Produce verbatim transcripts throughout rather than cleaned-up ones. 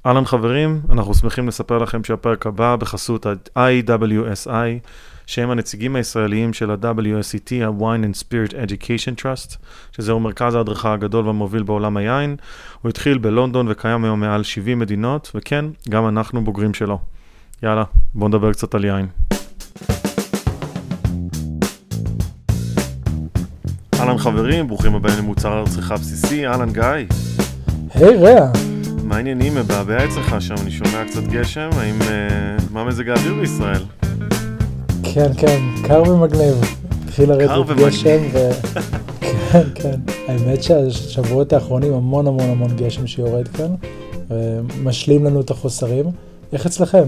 אהלן חברים, אנחנו שמחים לספר לכם שהפרק הבא בחסות ה-איי דאבליו אס איי, שהם הנציגים הישראליים של ה-דאבליו אס אי טי, ה-Wine and Spirit Education Trust, שזהו מרכז ההדרכה הגדול והמוביל בעולם היין. הוא התחיל בלונדון וקיים היום מעל שבעים מדינות, וכן, גם אנחנו בוגרים שלו. יאללה, בואו נדבר קצת על יין. אהלן חברים, ברוכים הבאים למוצר צריכה בסיסי, אהלן גיא. היי רע. מה העניינים? מבעבע אצלך שם, אני שומע קצת גשם, האם, uh, מה מזג האוויר בישראל? כן, כן, קר ומגניב. התחיל לרדת גשם ו... כן, כן. האמת שהשבועות האחרונים המון המון המון גשם שיורד כאן, ומשלים לנו את החוסרים. איך אצלכם?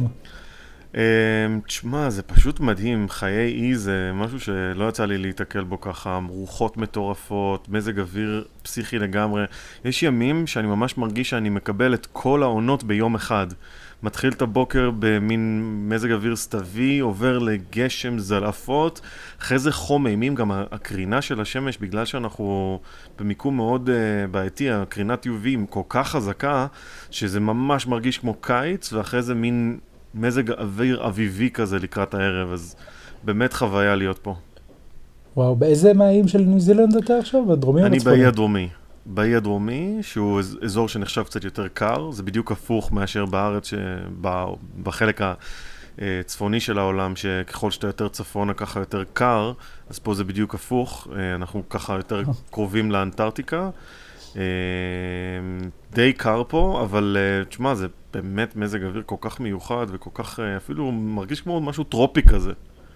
תשמע, זה פשוט מדהים, חיי אי זה משהו שלא יצא לי להתקל בו ככה, רוחות מטורפות, מזג אוויר פסיכי לגמרי. יש ימים שאני ממש מרגיש שאני מקבל את כל העונות ביום אחד. מתחיל את הבוקר במין מזג אוויר סתווי, עובר לגשם, זלעפות, אחרי זה חום אימים, גם הקרינה של השמש, בגלל שאנחנו במיקום מאוד uh, בעייתי, הקרינת יו וי כל כך חזקה, שזה ממש מרגיש כמו קיץ, ואחרי זה מין מזג אוויר אביבי כזה לקראת הערב, אז באמת חוויה להיות פה. וואו, באיזה מהאים של ניו זילנד אתה עכשיו? בדרומי או בצפוני? אני באי הדרומי. באי הדרומי, שהוא אזור שנחשב קצת יותר קר, זה בדיוק הפוך מאשר בארץ, שבחלק הצפוני של העולם, שככל שאתה יותר צפונה ככה יותר קר, אז פה זה בדיוק הפוך, אנחנו ככה יותר קרובים לאנטארקטיקה. די קר פה, אבל תשמע, זה באמת מזג אוויר כל כך מיוחד וכל כך, אפילו מרגיש כמו משהו טרופי כזה.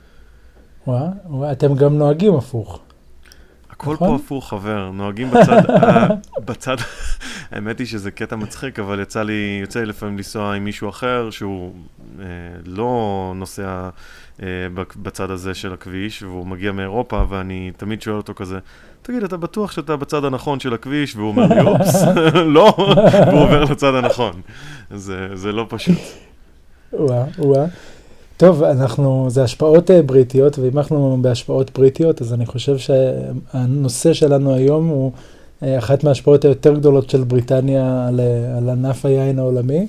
וואו, אתם גם נוהגים הפוך. הכל פה הפוך, חבר, נוהגים בצד, בצד, האמת היא שזה קטע מצחיק, אבל יצא לי, יוצא לי לפעמים לנסוע עם מישהו אחר, שהוא אה, לא נוסע אה, בצד הזה של הכביש, והוא מגיע מאירופה, ואני תמיד שואל אותו כזה, תגיד, אתה בטוח שאתה בצד הנכון של הכביש? והוא אומר לי, אופס, לא, והוא עובר לצד הנכון. זה, זה לא פשוט. וואה, וואה. טוב, אנחנו, זה השפעות בריטיות, ואם אנחנו בהשפעות בריטיות, אז אני חושב שהנושא שלנו היום הוא אחת מההשפעות היותר גדולות של בריטניה על, על ענף היין העולמי.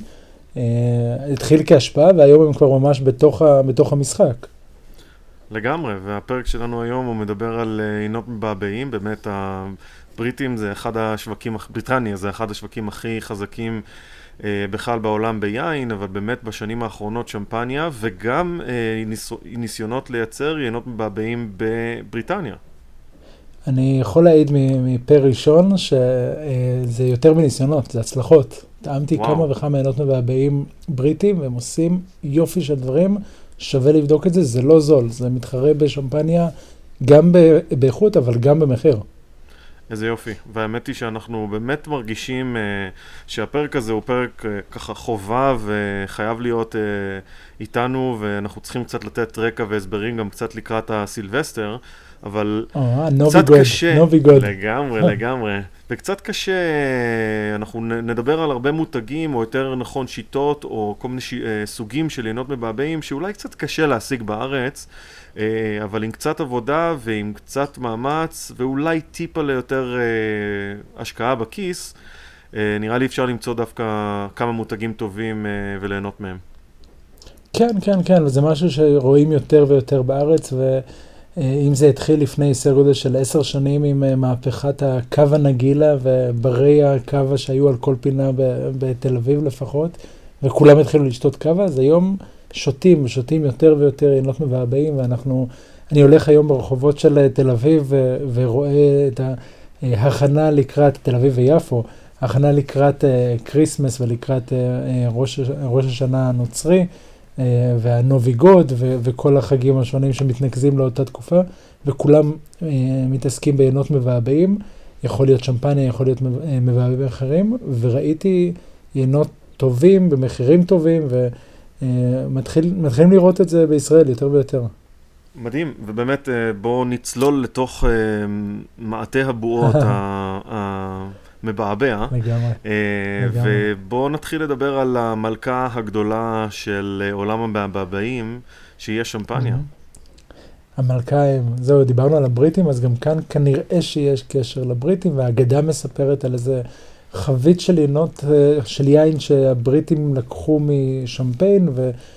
התחיל כהשפעה, והיום הם כבר ממש בתוך, בתוך המשחק. לגמרי, והפרק שלנו היום הוא מדבר על עינות מבעבעים, באמת הבריטים זה אחד השווקים, בריטניה זה אחד השווקים הכי חזקים בכלל בעולם ביין, אבל באמת בשנים האחרונות שמפניה, וגם ניסיונות לייצר יינות מבעבעים בבריטניה. אני יכול להעיד מפה ראשון שזה יותר מניסיונות, זה הצלחות. טעמתי כמה וכמה יינות מבעבעים בריטים, והם עושים יופי של דברים, שווה לבדוק את זה, זה לא זול, זה מתחרה בשמפניה גם באיכות, אבל גם במחיר. איזה יופי, והאמת היא שאנחנו באמת מרגישים uh, שהפרק הזה הוא פרק uh, ככה חובה וחייב להיות uh, איתנו, ואנחנו צריכים קצת לתת רקע והסברים גם קצת לקראת הסילבסטר, אבל oh, קצת good. קשה, לגמרי, לגמרי, וקצת קשה, אנחנו נדבר על הרבה מותגים, או יותר נכון שיטות, או כל מיני ש... סוגים של יינות מבעבעים, שאולי קצת קשה להשיג בארץ, אבל עם קצת עבודה ועם קצת מאמץ, ואולי טיפה ליותר השקעה בכיס, נראה לי אפשר למצוא דווקא כמה מותגים טובים וליהנות מהם. כן, כן, כן, וזה משהו שרואים יותר ויותר בארץ, ואם זה התחיל לפני סדר גודל של עשר שנים עם מהפכת הקו הנגילה וברי הקו שהיו על כל פינה בתל אביב לפחות, וכולם התחילו לשתות קו, אז היום שותים ושותים יותר ויותר יינות מבעבעים, ואנחנו, אני הולך היום ברחובות של תל אביב ו, ורואה את ההכנה לקראת תל אביב ויפו, הכנה לקראת קריסמס ולקראת ראש, ראש השנה הנוצרי, והנוביגוד ו, וכל החגים השונים שמתנקזים לאותה תקופה, וכולם מתעסקים ביינות מבעבעים, יכול להיות שמפניה, יכול להיות מבעבעים אחרים, וראיתי יינות טובים במחירים טובים, ו מתחיל, מתחילים לראות את זה בישראל יותר ויותר. מדהים, ובאמת בואו נצלול לתוך מעטה הבועות המבעבע. לגמרי. ובואו נתחיל לדבר על המלכה הגדולה של עולם המבעבעים, שהיא השמפניה. המלכה, זהו, דיברנו על הבריטים, אז גם כאן כנראה שיש קשר לבריטים, והאגדה מספרת על איזה חבית של יינות, של יין שהבריטים לקחו משמפיין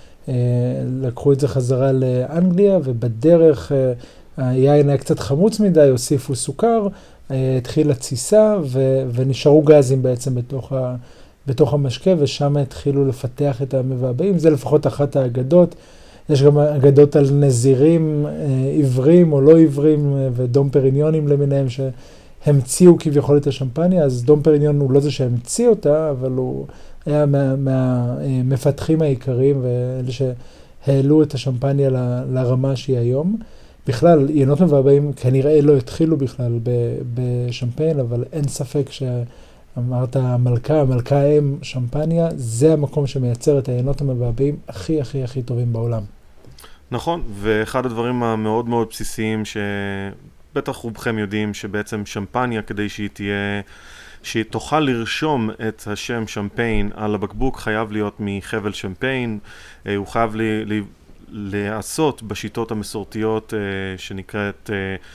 ולקחו את זה חזרה לאנגליה, ובדרך היין היה קצת חמוץ מדי, הוסיפו סוכר, התחילה תסיסה ונשארו גזים בעצם בתוך, ה, בתוך המשקה, ושם התחילו לפתח את המבעבעים. זה לפחות אחת האגדות. יש גם אגדות על נזירים עיוורים או לא עיוורים ודום פריניונים למיניהם שהמציאו כביכול את השמפניה. אז דום פריניון הוא לא זה שהמציא אותה, אבל הוא היה מהמפתחים מה, העיקריים ואלה שהעלו את השמפניה ל, לרמה שהיא היום. בכלל, יינות מבעבעים כנראה לא התחילו בכלל בשמפיין, אבל אין ספק שאמרת המלכה, המלכה הם שמפניה, זה המקום שמייצר את היינות המבעבעים הכי הכי הכי טובים בעולם. נכון, ואחד הדברים המאוד מאוד בסיסיים שבטח רובכם יודעים שבעצם שמפניה כדי שהיא תהיה, שהיא תוכל לרשום את השם שמפיין על הבקבוק חייב להיות מחבל שמפיין, הוא חייב לי, לי לעשות בשיטות המסורתיות שנקראת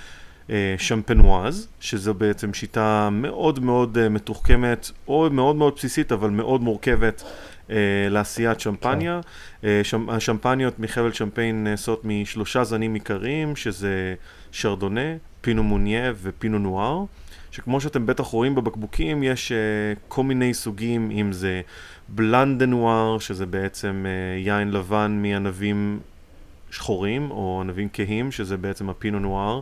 שמפנואז, שזו בעצם שיטה מאוד מאוד מתוחכמת או מאוד מאוד בסיסית אבל מאוד מורכבת לעשיית שמפניה. השמפניות מחבל שמפיין נעשות משלושה זנים עיקריים, שזה שרדונה, פינו מוניה ופינו נואר, שכמו שאתם בטח רואים בבקבוקים יש כל מיני סוגים, אם זה בלאן דה נואר, שזה בעצם יין לבן מענבים שחורים, או ענבים כהים, שזה בעצם הפינו נואר,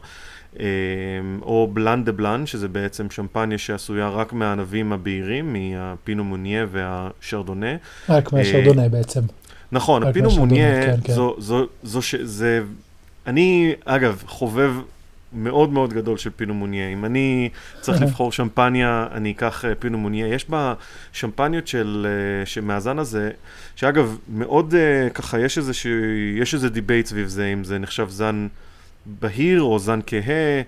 או בלאן דה בלאן, שזה בעצם שמפניה שעשויה רק מהענבים הבהירים, מהפינו מוניה והשרדונה. רק מהשרדונה בעצם. נכון, הפינו מוניה, כן, כן. זו, זו, זו ש... זה... אני, אגב, חובב מאוד מאוד גדול של פינו מוניה. אם אני צריך לבחור שמפניה, אני אקח פינו מוניה. יש בה שמפניות של, שמהזן הזה, שאגב, מאוד ככה, יש איזה, ש... יש איזה דיבייט סביב זה, אם זה נחשב זן בהיר או זן כהה.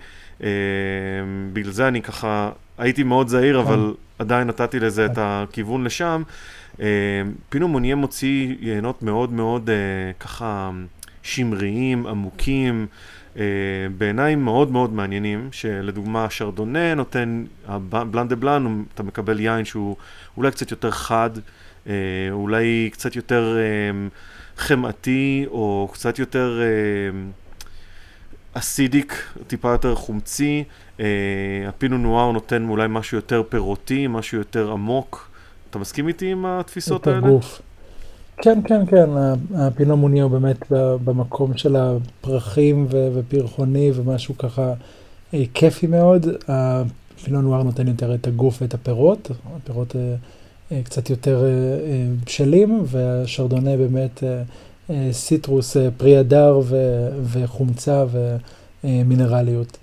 בגלל זה אני ככה, הייתי מאוד זהיר, אבל עדיין נתתי לזה את הכיוון לשם. פינו מוניה מוציא יינות מאוד מאוד ככה שמריים, עמוקים, בעיניי מאוד מאוד מעניינים, שלדוגמה שרדונה נותן, הבלאן דה בלאן, אתה מקבל יין שהוא אולי קצת יותר חד, אולי קצת יותר חמאתי, או קצת יותר אסידיק, טיפה יותר חומצי. הפינו נואר נותן אולי משהו יותר פירותי, משהו יותר עמוק. אתה מסכים איתי עם התפיסות האלה? גוף. כן, כן, כן. הפינו מוניה הוא באמת במקום של הפרחים ופרחוני ומשהו ככה כיפי מאוד. הפינו נואר נותן יותר את הגוף ואת הפירות. הפירות קצת יותר בשלים, והשרדונה באמת סיטרוס, פרי הדר וחומצה ומינרליות.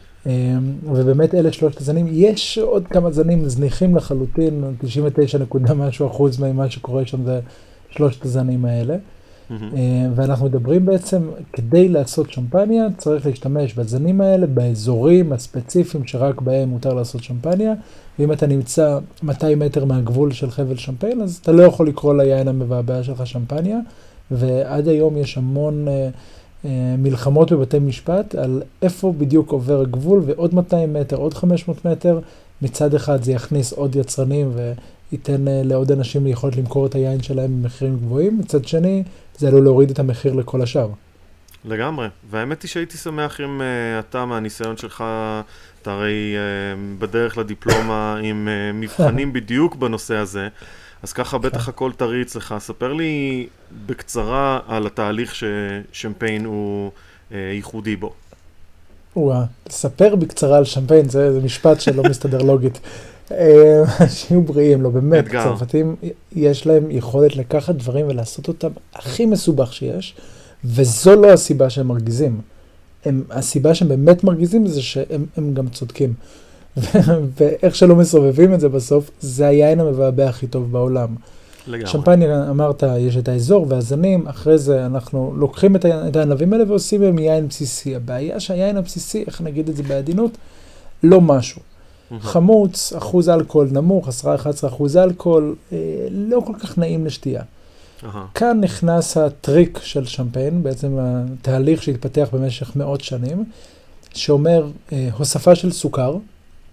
ובאמת אלה שלושת הזנים. יש עוד כמה זנים זניחים לחלוטין, תשעים ותשע נקודה משהו אחוז ממה שקורה שם זה שלושת הזנים האלה. ואנחנו מדברים בעצם, כדי לעשות שמפניה, צריך להשתמש בזנים האלה, באזורים הספציפיים שרק בהם מותר לעשות שמפניה, ואם אתה נמצא מאתיים מטר מהגבול של חבל שמפיין, אז אתה לא יכול לקרוא ליין המבעבע שלך שמפניה, ועד היום יש המון אה, אה, מלחמות בבתי משפט על איפה בדיוק עובר הגבול, ועוד מאתיים מטר, עוד חמש מאות מטר, מצד אחד זה יכניס עוד יצרנים וייתן אה, לעוד אנשים ליכולת למכור את היין שלהם במחירים גבוהים, מצד שני זה עלול להוריד את המחיר לכל השאר. לגמרי, והאמת היא שהייתי שמח אם uh, אתה מהניסיון שלך, אתה הרי uh, בדרך לדיפלומה עם uh, מבחנים בדיוק בנושא הזה, אז ככה בטח הכל תריץ לך. ספר לי בקצרה על התהליך ששמפיין הוא uh, ייחודי בו. וואה, לספר בקצרה על שמפיין, זה, זה משפט שלא מסתדר לוגית. שיהיו בריאים, לא באמת, צרפתים יש להם יכולת לקחת דברים ולעשות אותם הכי מסובך שיש, וזו לא הסיבה שהם מרגיזים. הם, הסיבה שהם באמת מרגיזים זה שהם הם גם צודקים. ואיך שלא מסובבים את זה בסוף, זה היין המבעבע הכי טוב בעולם. לגמרי. שמפניה, אמרת, יש את האזור והזנים, אחרי זה אנחנו לוקחים את, את הענבים האלה ועושים מהם יין בסיסי. הבעיה שהיין הבסיסי, איך נגיד את זה בעדינות, לא משהו. חמוץ, אחוז אלכוהול נמוך, עשרה עד אחד עשרה אחוז אלכוהול, אה, לא כל כך נעים לשתייה. Uh-huh. כאן נכנס הטריק של שמפיין, בעצם התהליך שהתפתח במשך מאות שנים, שאומר אה, הוספה של סוכר,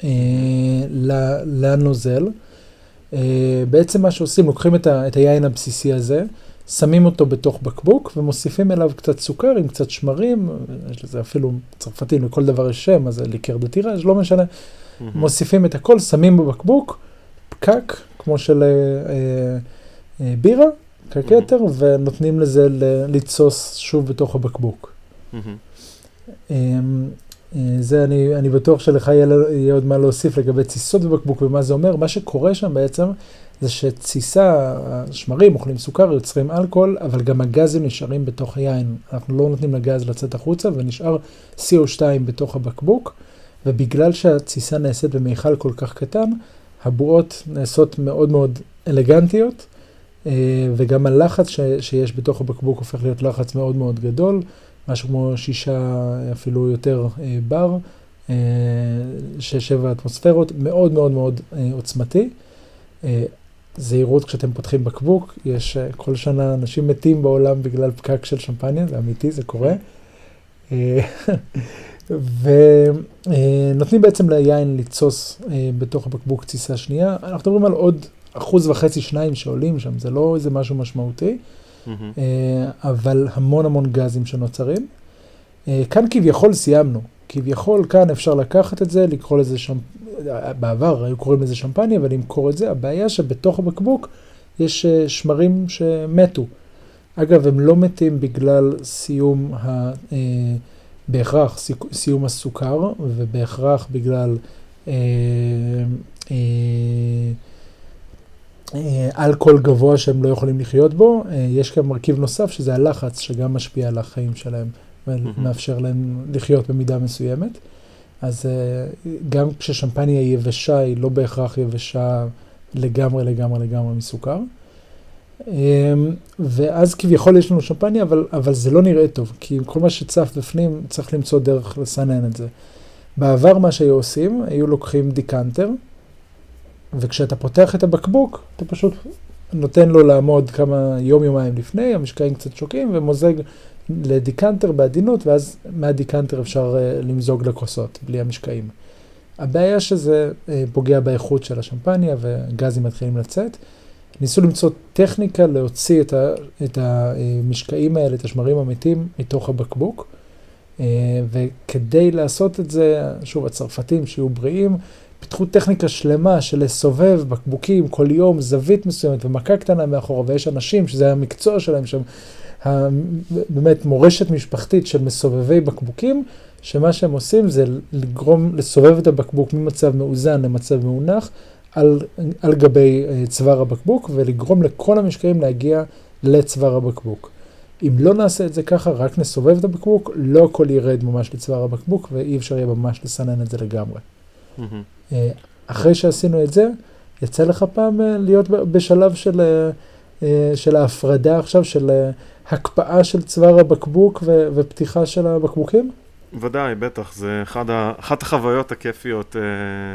לנוזל. בעצם מה שעושים, לוקחים את היין הבסיסי הזה, שמים אותו בתוך בקבוק ומוסיפים אליו קצת סוכר עם קצת שמרים, יש לזה אפילו צרפתים לכל דבר יש שם, אז זה ליקר דה טיראז', לא משנה. Mm-hmm. מוסיפים את הכל, שמים בבקבוק, פקק, כמו של אה, אה, בירה, פקק יתר, mm-hmm. ונותנים לזה לתסוס שוב בתוך הבקבוק. Mm-hmm. אה, אה, זה אני, אני בטוח שלך יהיה, יהיה עוד מה להוסיף לגבי תסיסות בבקבוק ומה זה אומר. מה שקורה שם בעצם, זה שתסיסה, השמרים אוכלים סוכר, יוצרים אלכוהול, אבל גם הגזים נשארים בתוך היין. אנחנו לא נותנים לגז לצאת החוצה, ונשאר סי או שתיים בתוך הבקבוק, ובגלל שהתסיסה נעשית במיכל כל כך קטן, הבועות נעשות מאוד מאוד אלגנטיות, וגם הלחץ ש- שיש בתוך הבקבוק הופך להיות לחץ מאוד מאוד גדול, משהו כמו שישה אפילו יותר בר, שש שבע אטמוספירות, מאוד מאוד מאוד עוצמתי. זהירות כשאתם פותחים בקבוק, יש כל שנה אנשים מתים בעולם בגלל פקק של שמפניה, זה אמיתי, זה קורה. ונותנים בעצם ליין לתסוס בתוך הבקבוק תסיסה שנייה. אנחנו מדברים על עוד אחוז וחצי שניים שעולים שם, זה לא איזה משהו משמעותי, אבל המון המון גזים שנוצרים. כאן כביכול סיימנו, כביכול כאן אפשר לקחת את זה, לקרוא לזה שמפניה, בעבר היו קוראים לזה שמפניה, אבל למכור את זה, הבעיה שבתוך הבקבוק יש שמרים שמתו. אגב, הם לא מתים בגלל סיום, ה, אה, בהכרח סיום הסוכר, ובהכרח בגלל אה, אה, אה, אלכוהול גבוה שהם לא יכולים לחיות בו. אה, יש כאן מרכיב נוסף שזה הלחץ, שגם משפיע על החיים שלהם, ומאפשר להם לחיות במידה מסוימת. אז גם כששמפניה היא יבשה, היא לא בהכרח יבשה לגמרי, לגמרי, לגמרי מסוכר. ואז כביכול יש לנו שמפניה, אבל, אבל זה לא נראה טוב, כי כל מה שצף בפנים צריך למצוא דרך לסנן את זה. בעבר מה שהיו עושים, היו לוקחים דיקנטר, וכשאתה פותח את הבקבוק, אתה פשוט נותן לו לעמוד כמה יום יומיים לפני, המשקעים קצת שוקים, ומוזג לדיקנטר בעדינות, ואז מהדיקנטר אפשר uh, למזוג לכוסות, בלי המשקעים. הבעיה שזה uh, פוגע באיכות של השמפניה, וגזים מתחילים לצאת. ניסו למצוא טכניקה להוציא את, ה, את המשקעים האלה, את השמרים המתים, מתוך הבקבוק. Uh, וכדי לעשות את זה, שוב, הצרפתים שיהיו בריאים, פיתחו טכניקה שלמה של לסובב בקבוקים כל יום, זווית מסוימת ומכה קטנה מאחורה, ויש אנשים שזה המקצוע שלהם שם, באמת מורשת משפחתית של מסובבי בקבוקים, שמה שהם עושים זה לגרום לסובב את הבקבוק ממצב מאוזן למצב מאונח על, על גבי צוואר הבקבוק, ולגרום לכל המשקעים להגיע לצוואר הבקבוק. אם לא נעשה את זה ככה, רק נסובב את הבקבוק, לא הכל ירד ממש לצוואר הבקבוק, ואי אפשר יהיה ממש לסנן את זה לגמרי. Mm-hmm. אחרי שעשינו את זה, יצא לך פעם להיות בשלב של, של ההפרדה עכשיו, של הקפאה של צוואר הבקבוק ו- ופתיחה של הבקבוקים? ודאי, בטח. זה אחד ה- אחת החוויות הכיפיות אה,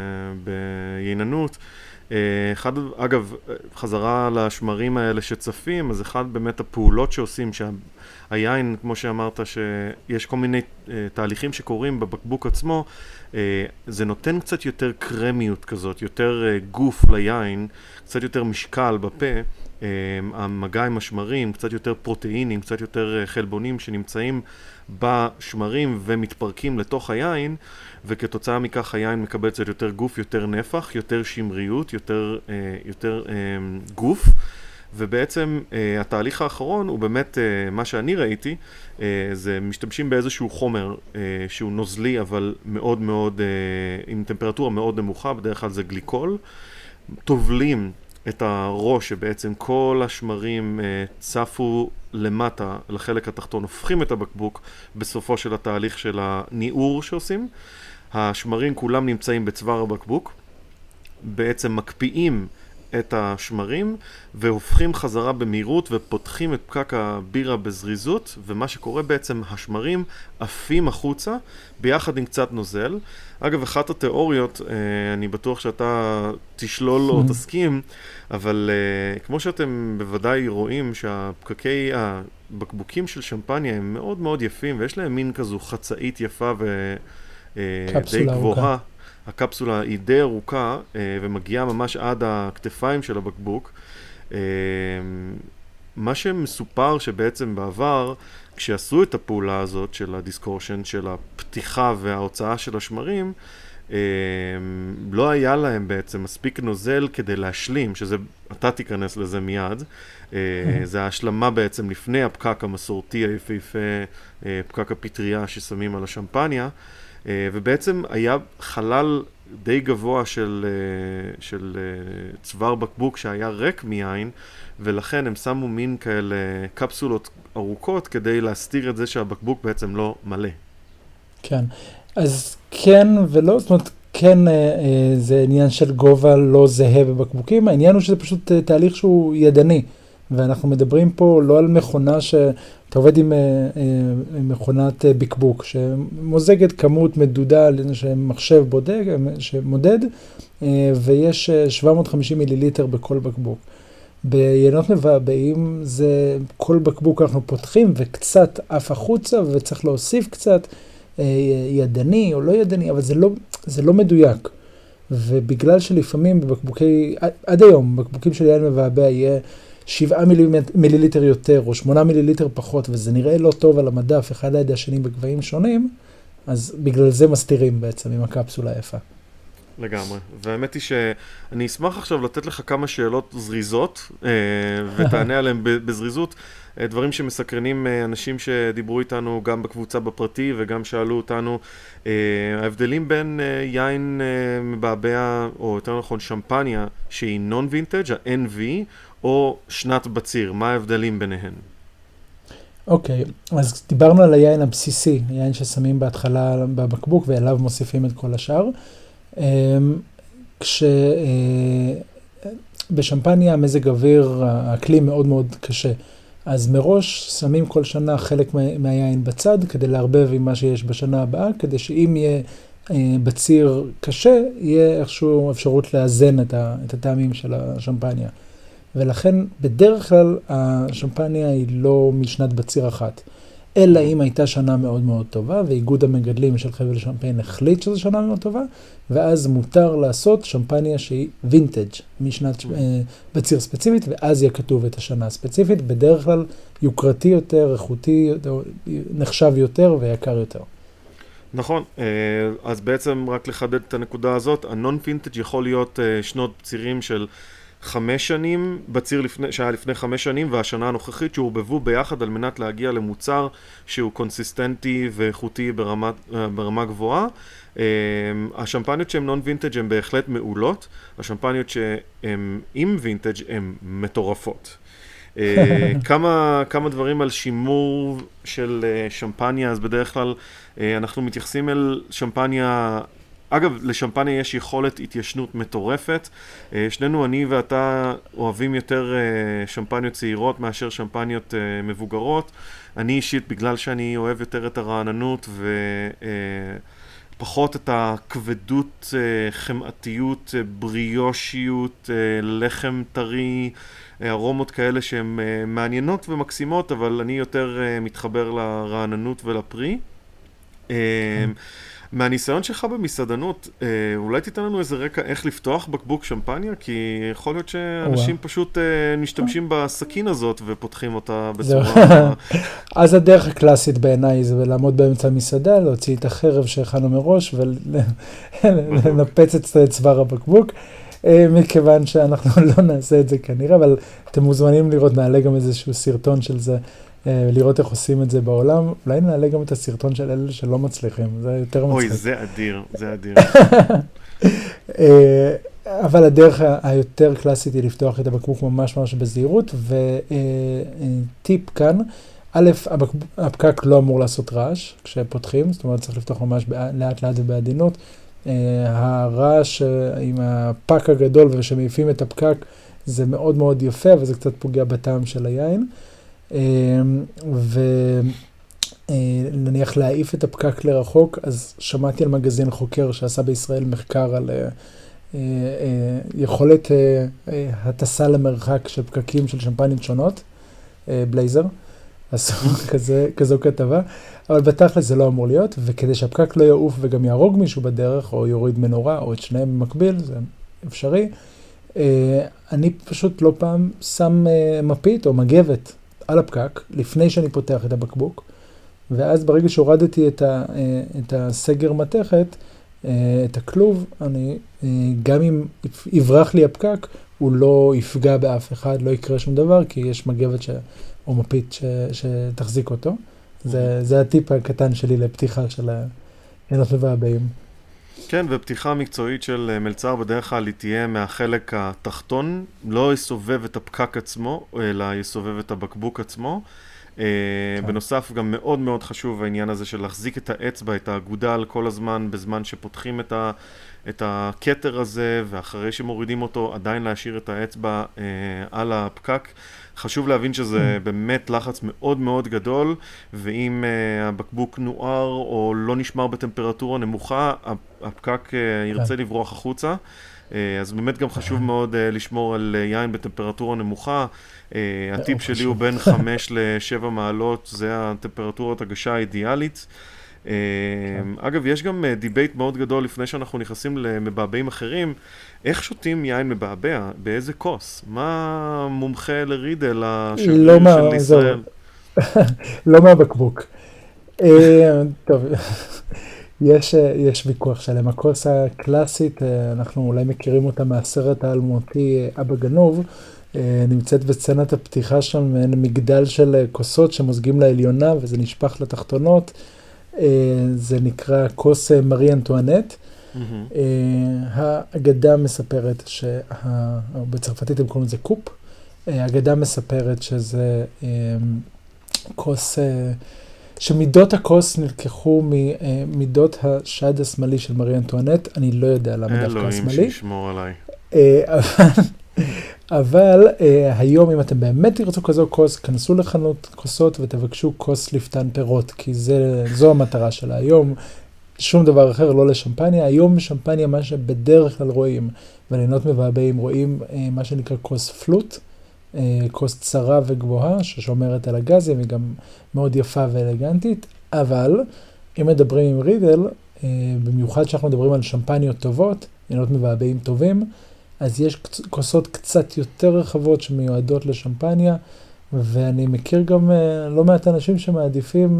בייננות. אה, אחד, אגב, חזרה לשמרים האלה שצפים, אז אחד באמת הפעולות שעושים, שהיין, כמו שאמרת, שיש כל מיני אה, תהליכים שקורים בבקבוק עצמו, אה, זה נותן קצת יותר קרמיות כזאת, יותר אה, גוף ליין, קצת יותר משקל בפה, המגע עם השמרים, קצת יותר פרוטאינים, קצת יותר חלבונים שנמצאים בשמרים ומתפרקים לתוך היין, וכתוצאה מכך היין מקבל קצת יותר גוף, יותר נפח, יותר שמריות, יותר, יותר גוף, ובעצם התהליך האחרון הוא באמת מה שאני ראיתי, זה משתמשים באיזשהו חומר שהוא נוזלי אבל מאוד מאוד, עם טמפרטורה מאוד נמוכה, בדרך כלל זה גליקול, טובלים את הראש שבעצם כל השמרים צפו למטה לחלק התחתון, הופכים את הבקבוק בסופו של התהליך של הניעור שעושים. השמרים כולם נמצאים בצוואר הבקבוק, בעצם מקפיאים את השמרים והופכים חזרה במהירות ופותחים את פקק הבירה בזריזות, ומה שקורה בעצם השמרים עפים החוצה ביחד עם קצת נוזל. אגב, אחת התיאוריות, אני בטוח שאתה תשלול או תסכים, אבל כמו שאתם בוודאי רואים שהפקקי הבקבוקים של שמפניה הם מאוד מאוד יפים, ויש להם מין כזו חצאית יפה ודי גבוהה. הקפסולה היא די ארוכה ומגיעה ממש עד הכתפיים של הבקבוק. מה שמסופר שבעצם בעבר, כשעשו את הפעולה הזאת של הדיסקורשן, של הפתיחה וההוצאה של השמרים, לא היה להם בעצם מספיק נוזל כדי להשלים, שזה, אתה תיכנס לזה מיד, זה ההשלמה בעצם לפני הפקק המסורתי היפהפה, פקק הפטריה ששמים על השמפניה, ובעצם היה חלל די גבוה של, של צוואר בקבוק שהיה ריק מיין, ולכן הם שמו מין כאלה קפסולות ארוכות כדי להסתיר את זה שהבקבוק בעצם לא מלא. כן, אז כן ולא, זאת אומרת, כן זה עניין של גובה לא זהה בבקבוקים, העניין הוא שזה פשוט תהליך שהוא ידני, ואנחנו מדברים פה לא על מכונה שאתה עובד עם מכונת בקבוק, שמוזגת כמות מדודה, שמחשב בודק, שמודד, ויש שבע מאות וחמישים מיליליטר בכל בקבוק. ביינות מבעבעים זה כל בקבוק אנחנו פותחים וקצת אף החוצה וצריך להוסיף קצת ידני או לא ידני, אבל זה לא, זה לא מדויק. ובגלל שלפעמים בבקבוקי, עד היום, בקבוקים של יין מבעבע יהיה שבעה מיליליטר יותר או שמונה מיליליטר פחות, וזה נראה לא טוב על המדף אחד ליד השני בגבהים שונים, אז בגלל זה מסתירים בעצם עם הקפסולה יפה. לגמרי. והאמת היא שאני אשמח עכשיו לתת לך כמה שאלות זריזות, ותענה עליהן בזריזות, דברים שמסקרנים אנשים שדיברו איתנו גם בקבוצה בפרטי וגם שאלו אותנו, ההבדלים בין יין מבעבע, או יותר נכון שמפניה, שהיא נון-וינטג', ה-אן וי, או שנת בציר, מה ההבדלים ביניהן? אוקיי, okay, אז דיברנו על היין הבסיסי, היין ששמים בהתחלה בבקבוק ואליו מוסיפים את כל השאר. כשבשמפניה המזג אוויר, האקלים מאוד מאוד קשה, אז מראש שמים כל שנה חלק מהיין בצד כדי לערבב עם מה שיש בשנה הבאה, כדי שאם יהיה בציר קשה, יהיה איכשהו אפשרות לאזן את הטעמים של השמפניה. ולכן בדרך כלל השמפניה היא לא משנת בציר אחת, אלא אם הייתה שנה מאוד מאוד טובה, ואיגוד המגדלים של חבל שמפיין החליט שזו שנה מאוד טובה, ואז מותר לעשות שמפניה שהיא וינטג' משנת בציר ספציפית, ואז יהיה כתוב את השנה הספציפית, בדרך כלל יוקרתי יותר, איכותי, נחשב יותר ויקר יותר. נכון, אז בעצם רק לחדד את הנקודה הזאת, הנון-וינטג' יכול להיות שנות בצירים של חמש שנים, בציר לפני, שהיה לפני חמש שנים, והשנה הנוכחית שעורבבו ביחד על מנת להגיע למוצר שהוא קונסיסטנטי ואיכותי ברמה, ברמה גבוהה. השמפניות שהן נון וינטג' הן בהחלט מעולות, השמפניות שהן עם וינטג' הן מטורפות. כמה, כמה דברים על שימור של שמפניה, אז בדרך כלל אנחנו מתייחסים אל שמפניה, אגב, לשמפניה יש יכולת התיישנות מטורפת. שנינו, אני ואתה, אוהבים יותר שמפניות צעירות מאשר שמפניות מבוגרות. אני אישית, בגלל שאני אוהב יותר את הרעננות ופחות את הכבדות, חמאתיות, בריאושיות, לחם טרי, ארומות כאלה שהן מעניינות ומקסימות, אבל אני יותר מתחבר לרעננות ולפרי. מהניסיון שלך במסעדנות, אולי תיתן לנו איזה רקע איך לפתוח בקבוק שמפניה? כי יכול להיות שאנשים פשוט משתמשים בסכין הזאת ופותחים אותה בצורה... אז הדרך הקלאסית בעיניי זה לעמוד באמצע המסעדה, להוציא את החרב שהכנו מראש ולנפץ את צוואר הבקבוק, מכיוון שאנחנו לא נעשה את זה כנראה, אבל אתם מוזמנים לראות, נעלה גם איזשהו סרטון של זה, לראות איך עושים את זה בעולם. אולי נעלה גם את הסרטון של אלה שלא מצליחים, זה יותר מצליח. אוי, זה אדיר, זה אדיר. אבל הדרך היותר קלאסית היא לפתוח את הבקבוק ממש ממש בזהירות, וטיפ כאן, א', הפקק לא אמור לעשות רעש כשפותחים, זאת אומרת צריך לפתוח ממש לאט לאט ובעדינות. הרעש עם הפק הגדול ושמעיפים את הפקק זה מאוד מאוד יפה, וזה קצת פוגע בטעם של היין. ונניח להעיף את הפקק לרחוק, אז שמעתי על מגזין חוקר שעשה בישראל מחקר על יכולת הטסה למרחק של פקקים של שמפניות שונות, בלייזר. עשו כזה, כזו כתבה, אבל בתכל'ס זה לא אמור להיות, וכדי שהפקק לא יעוף וגם יהרוג מישהו בדרך, או יוריד מנורה, או את שניהם במקביל, זה אפשרי, אני פשוט לא פעם שם מפית או מגבת על הפקק, לפני שאני פותח את הבקבוק, ואז ברגע שהורדתי את, ה, את הסגר מתכת, את הכלוב, אני, גם אם יברח לי הפקק, הוא לא יפגע באף אחד, לא יקרה שום דבר, כי יש מגבת ש, או מפית ש, שתחזיק אותו. זה, זה הטיפ הקטן שלי לפתיחה של העיינות מבעבעים. כן, ופתיחה מקצועית של מלצר בדרך כלל היא תהיה מהחלק התחתון, לא יסובב את הפקק עצמו, אלא יסובב את הבקבוק עצמו. בנוסף, גם מאוד מאוד חשוב העניין הזה של להחזיק את האצבע, את האגודל כל הזמן, בזמן שפותחים את ה... את הקטר הזה, ואחרי שמורידים אותו, עדיין להשאיר את האצבע אה, על הפקק. חשוב להבין שזה באמת לחץ מאוד מאוד גדול, ואם אה, הבקבוק נוער או לא נשמר בטמפרטורה נמוכה, הפקק אה, ירצה לברוח החוצה. אה, אז באמת גם חשוב מאוד אה, לשמור על יין בטמפרטורה נמוכה. אה, הטיפ שלי הוא בין חמש לשבע מעלות, זה הטמפרטורת הגשה האידיאלית. אגב, יש גם דיבייט מאוד גדול לפני שאנחנו נכנסים למבעבעים אחרים, איך שותים יין מבעבע, באיזה כוס? מה מומחה לרידל השגריר של ישראל? לא מהבקבוק. טוב, יש ויכוח שלהם. הכוס הקלאסית, אנחנו אולי מכירים אותה מהסרט האלמותי אבא גנוב, נמצאת בסצנת הפתיחה שם מגדל של כוסות שמוזגים לעליונה וזה נשפך לתחתונות. זה נקרא כוס מרי אנטואנט. האגדה מספרת, בצרפתית הם קוראים לזה קופ, האגדה מספרת שזה כוס, שמידות הכוס נלקחו ממידות השד השמאלי של מרי אנטואנט, אני לא יודע למה דווקא השמאלי. אלוהים שישמור עליי. אבל היום אם אתם באמת תרצו כזו כוס, כנסו לחנות כוסות ותבקשו כוס לפתן פירות, כי זו המטרה שלה. היום שום דבר אחר, לא לשמפניה. היום בשמפניה מה שבדרך כלל רואים, ולעיינות מבעבעים רואים מה שנקרא כוס פלוט, כוס צרה וגבוהה, ששומרת על הגזים, היא גם מאוד יפה ואלגנטית, אבל אם מדברים עם רידל, במיוחד שאנחנו מדברים על שמפניות טובות, עיינות מבעבעים טובים, אז יש כוסות קצת יותר רחבות שמיועדות לשמפניה, ואני מכיר גם לא מעט אנשים שמעדיפים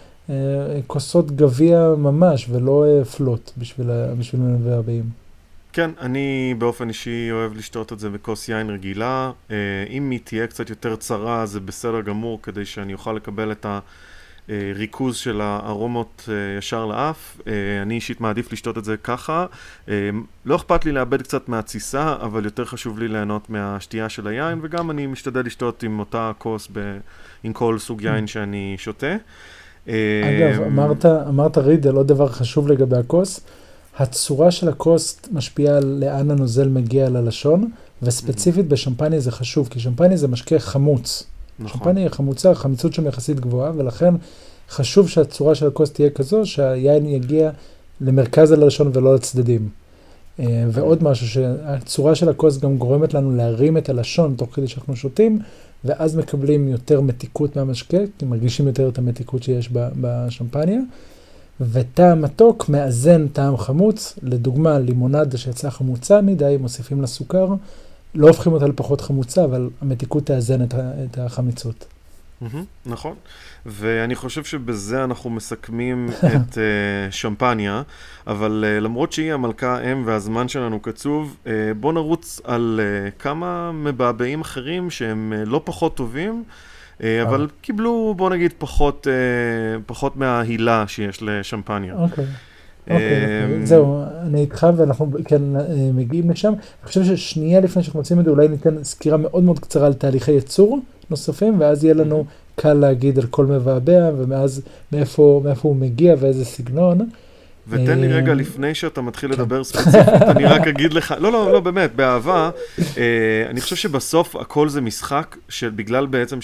כוסות גביע ממש, ולא פלוט בשביל, בשביל מבעבעים. כן, אני באופן אישי אוהב לשתות את זה בכוס יין רגילה. אם היא תהיה קצת יותר צרה, זה בסדר גמור, כדי שאני אוכל לקבל את הריכוז של הארומות ישר לאף. אני אישית מעדיף לשתות את זה ככה. לא אכפת לי לאבד קצת מהציסה, אבל יותר חשוב לי ליהנות מהשתייה של היין, וגם אני משתדל לשתות עם אותה כוס ב... עם כל סוג יין שאני שותה. אגב, אמרת, אמרת רידל, עוד דבר חשוב לגבי הכוס, הצורה של הכוס משפיעה על לאן הנוזל מגיע ללשון, וספציפית בשמפניה זה חשוב, כי שמפניה זה משקה חמוץ. נכון. שמפניה היא חמוצה, החמיצות שם יחסית גבוהה, ולכן חשוב שהצורה של הכוס תהיה כזו, שהיין יגיע למרכז הלשון ולא לצדדים. ועוד משהו, שהצורה של הכוס גם גורמת לנו להרים את הלשון תוך כדי שאנחנו שותים, ואז מקבלים יותר מתיקות מהמשקה, כי מרגישים יותר את המתיקות שיש בשמפניה. וטעם מתוק מאזן טעם חמוץ, לדוגמה לימונדה שיצאה חמוצה מדי, מוסיפים לה סוכר, לא הופכים אותה לפחות חמוצה, אבל המתיקות תאזן את, את החמיצות. נכון, ואני חושב שבזה אנחנו מסכמים את שמפניה, אבל למרות שהיא המלכה אם והזמן שלנו קצוב, בוא נרוץ על כמה מבעבעים אחרים שהם לא פחות טובים, אבל קיבלו, בוא נגיד, פחות, פחות מההילה שיש לשמפניה. אוקיי. אוקיי, זהו, אני איתך ואנחנו כן מגיעים לשם. אני חושב ששנייה לפני שאנחנו מוצאים את זה, אולי ניתן סקירה מאוד מאוד קצרה על תהליכי ייצור נוספים, ואז יהיה לנו קל להגיד על כל מבעבע, ומאז מאיפה, מאיפה הוא מגיע ואיזה סגנון. ותן לי רגע לפני שאתה מתחיל לדבר ספציפית, אני רק אגיד לך, לא, לא, לא, באמת, באהבה, אני חושב שבסוף הכל זה משחק, שבגלל בעצם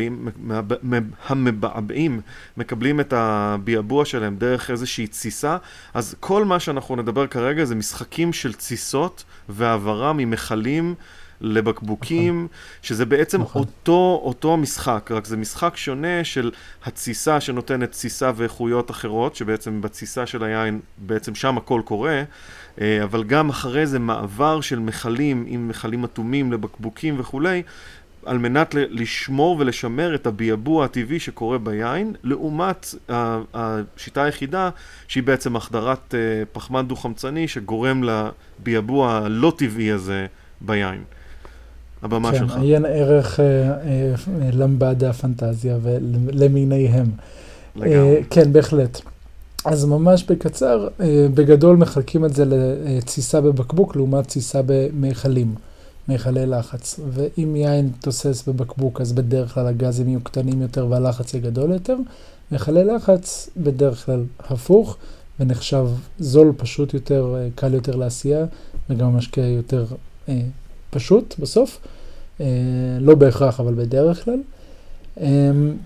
שהמבעבעים מקבלים את הביעבוע שלהם דרך איזושהי ציסה, אז כל מה שאנחנו נדבר כרגע זה משחקים של ציסות, והעברה ממחלים לבקבוקים, שזה בעצם אותו, אותו משחק, רק זה משחק שונה של התסיסה שנותנת תסיסה ואיכויות אחרות, שבעצם בתסיסה של היין, בעצם שם הכל קורה, אבל גם אחרי זה מעבר של מחלים, עם מחלים אטומים לבקבוקים וכולי, על מנת לשמור ולשמר את הביאבוע הטבעי שקורה ביין, לעומת השיטה היחידה שהיא בעצם החדרת פחמן דו-חמצני שגורם לביאבוע הלא טבעי הזה ביין. הבמה כן, שלך. כן, עיין ערך אה, אה, למבדה הפנטזיה ולמיניהם. לגמרי. אה, כן, בהחלט. אז ממש בקצר, אה, בגדול מחלקים את זה לתסיסה בבקבוק לעומת תסיסה במכלים. מיכלי לחץ, ואם יין תוסס בבקבוק, אז בדרך כלל הגזים יהיו קטנים יותר והלחץ יהיה גדול יותר. מיכלי לחץ בדרך כלל הפוך, ונחשב זול פשוט יותר, קל יותר לעשייה, וגם משקה יותר אה, פשוט בסוף. אה, לא בהכרח, אבל בדרך כלל. אה,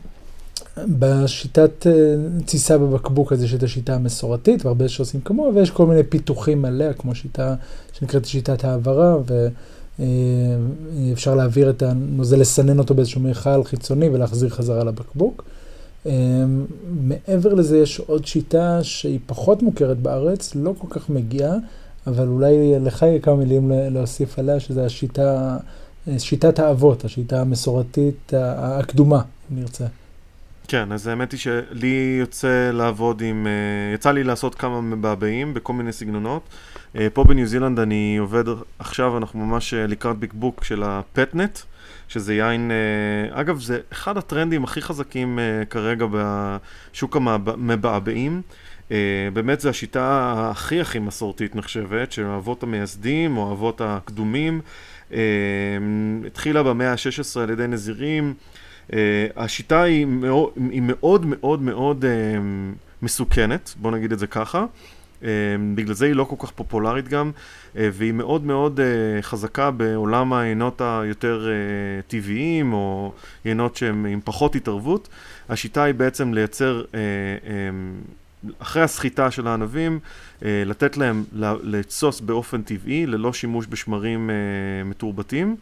בשיטת תסיסה בבקבוק, אז יש את השיטה המסורתית, והרבה שעושים כמוה, ויש כל מיני פיתוחים עליה, כמו שיטה שנקראת שיטת העברה, ו... אפשר להעביר את הנוזל, לסנן אותו באיזשהו מיכל חיצוני ולהחזיר חזרה לבקבוק. מעבר לזה יש עוד שיטה שהיא פחות מוכרת בארץ, לא כל כך מגיעה, אבל אולי לך יהיה כמה מילים להוסיף עליה, שזה השיטה, שיטת האבות, השיטה המסורתית הקדומה, אם נרצה. כן, אז האמת היא שלי יוצא לעבוד עם, יצא לי לעשות כמה מבעבעים בכל מיני סגנונות. פה בניו זילנד אני עובד, עכשיו אנחנו ממש לקראת בקבוק של הפטנט, שזה יין, אגב זה אחד הטרנדים הכי חזקים כרגע בשוק המבעבעים. באמת זה השיטה הכי הכי מסורתית נחשבת, של האבות המייסדים או האבות הקדומים. התחילה במאה ה-שש עשרה על ידי נזירים. Uh, השיטה היא מאוד היא מאוד מאוד, מאוד uh, מסוכנת, בוא נגיד את זה ככה, uh, בגלל זה היא לא כל כך פופולרית גם, uh, והיא מאוד מאוד uh, חזקה בעולם העינות היותר uh, טבעיים או עינות שהן עם פחות התערבות. השיטה היא בעצם לייצר uh, um, אחרי הסחיטה של הענבים, uh, לתת להם לצוס באופן טבעי ללא שימוש בשמרים uh, מתורבתים.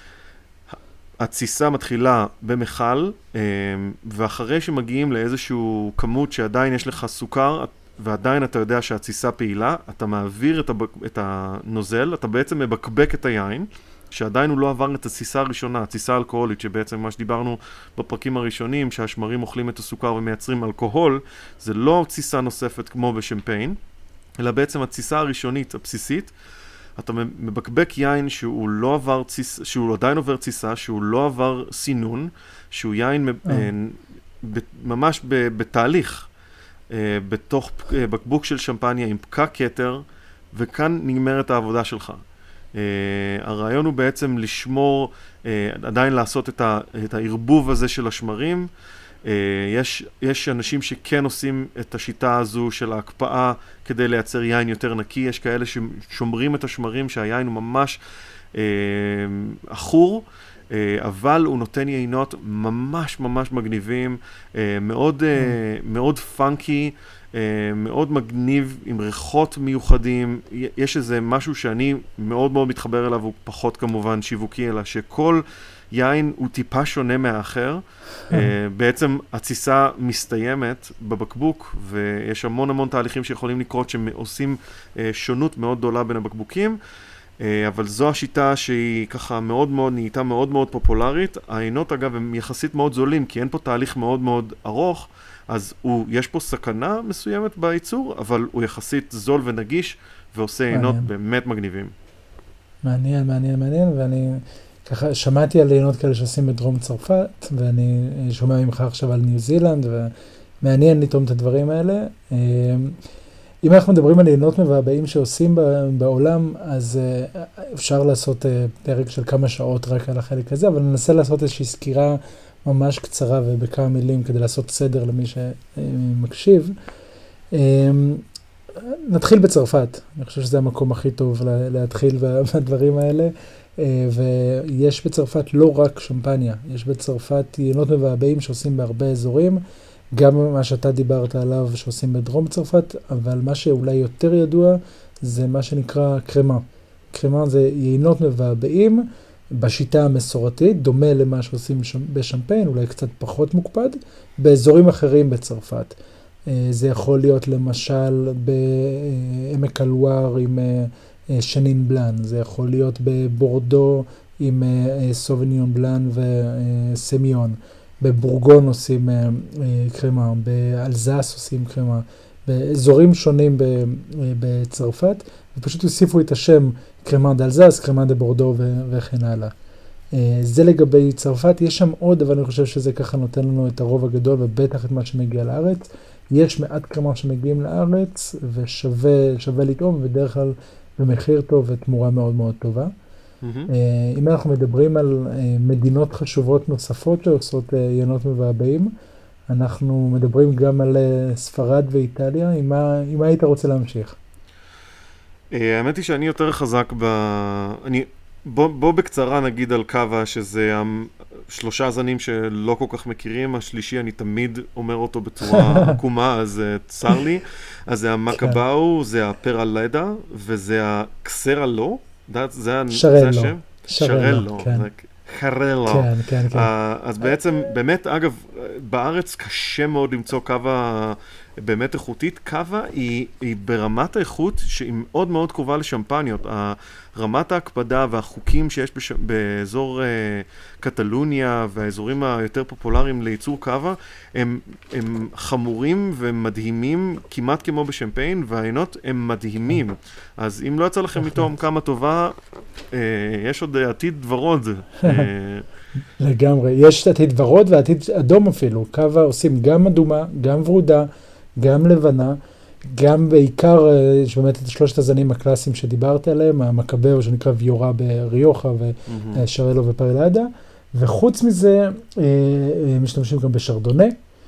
התסיסה מתחילה במחל, ואחרי שמגיעים לאיזשהו כמות שעדיין יש לך סוכר, ועדיין אתה יודע שהתסיסה פעילה, אתה מעביר את, הבק... את הנוזל, אתה בעצם מבקבק את היין, שעדיין הוא לא עבר את התסיסה הראשונה, התסיסה האלכוהולית, שבעצם מה שדיברנו בפרקים הראשונים, שהשמרים אוכלים את הסוכר ומייצרים אלכוהול, זה לא תסיסה נוספת כמו בשמפיין, אלא בעצם התסיסה הראשונית, הבסיסית, אתה מבקבק יין שהוא לא עבר ציס, שהוא עדיין עובר ציסה, שהוא לא עבר סינון, שהוא יין oh. ממש בתהליך, בתוך בקבוק של שמפניה עם פקק כתר, וכאן נגמרת העבודה שלך. הרעיון הוא בעצם לשמור, עדיין לעשות את, ה, את הערבוב הזה של השמרים. יש, יש אנשים שכן עושים את השיטה הזו של ההקפאה כדי לייצר יין יותר נקי, יש כאלה ששומרים את השמרים שהיין הוא ממש אה, אחור, אה, אבל הוא נותן יינות ממש ממש מגניבים, אה, מאוד, אה, מאוד פאנקי, אה, מאוד מגניב עם ריחות מיוחדים. יש איזה משהו שאני מאוד מאוד מתחבר אליו, הוא פחות כמובן שיווקי, אלא שכל יין הוא טיפה שונה מהאחר. uh, בעצם התסיסה מסתיימת בבקבוק, ויש המון המון תהליכים שיכולים לקרות שעושים uh, שונות מאוד גדולה בין הבקבוקים, uh, אבל זו השיטה שהיא ככה מאוד מאוד, נהייתה מאוד מאוד פופולרית. העינות אגב הם יחסית מאוד זולים, כי אין פה תהליך מאוד מאוד ארוך, אז הוא, יש פה סכנה מסוימת בייצור, אבל הוא יחסית זול ונגיש, ועושה עינות באמת מגניבים. מעניין, מעניין, מעניין, ואני ככה שמעתי על עינות כאלה שעושים בדרום צרפת, ואני שומע ממך עכשיו על ניו זילנד, ומעניין לטעום את הדברים האלה. אם אנחנו מדברים על עינות מבעבעים שעושים בעולם, אז אפשר לעשות פרק של כמה שעות רק על החלק הזה, אבל ננסה לעשות איזושהי סקירה ממש קצרה ובכמה מילים כדי לעשות סדר למי שמקשיב. נתחיל בצרפת, אני חושב שזה המקום הכי טוב להתחיל בדברים האלה, ויש בצרפת לא רק שמפניה, יש בצרפת יינות מבעבעים שעושים בהרבה אזורים, גם מה שאתה דיברת עליו שעושים בדרום צרפת, אבל מה שאולי יותר ידוע זה מה שנקרא קרמה. קרמה זה יינות מבעבעים בשיטה המסורתית, דומה למה שעושים בשמפיין, אולי קצת פחות מוקפד, באזורים אחרים בצרפת. זה יכול להיות למשל בעמק הלואר עם שנין בלן, זה יכול להיות בבורדו עם סוביניון בלן וסמיון, בבורגון עושים קרמה, באלזס עושים קרמה, באזורים שונים בצרפת, ופשוט הוסיפו את השם קרמה דאלזס, קרמה דה בורדו וכן הלאה. זה לגבי צרפת, יש שם עוד, אבל אני חושב שזה ככה נותן לנו את הרוב הגדול, ובטח את מה שמגיע לארץ. יש מעט קרמה שמגיעים לארץ, ושווה לטעום, ובדרך כלל במחיר טוב ותמורה מאוד מאוד טובה. Mm-hmm. אם אנחנו מדברים על מדינות חשובות נוספות שעושות ינות מבעבעים, אנחנו מדברים גם על ספרד ואיטליה. עם מה, עם מה היית רוצה להמשיך? האמת היא שאני יותר חזק ב... אני... בוא, בוא בקצרה נגיד על קאבה, שזה שלושה זנים שלא כל כך מכירים. השלישי אני תמיד אומר אותו בצורה עקומה, אז צר לי. אז זה המקבאו, זה הפרלדה, וזה הקסרלו. זה השם? שרלו, כן. חרלו. כן, כן, כן. אז בעצם, באמת, אגב, בארץ קשה מאוד למצוא קאבה באמת איכותית. קאבה היא, היא ברמת האיכות שהיא מאוד מאוד קרובה לשמפניות. רמת ההקפדה והחוקים שיש בש... באזור uh, קטלוניה והאזורים היותר פופולריים לייצור קאבה, הם, הם חמורים ומדהימים כמעט כמו בשמפיין, והעינות הם מדהימים. אז אם לא יצא לכם איתו כמה טובה, uh, יש עוד עתיד ורוד. uh, לגמרי, יש עתיד ורוד ועתיד אדום אפילו. קאבה עושים גם אדומה, גם ורודה, גם לבנה, גם בעיקר, יש באמת את שלושת הזנים הקלאסיים שדיברת עליהם, המקבאו שנקרא ויורה בריוחה ושרלו ופרלדה, וחוץ מזה משתמשים גם בשרדונה,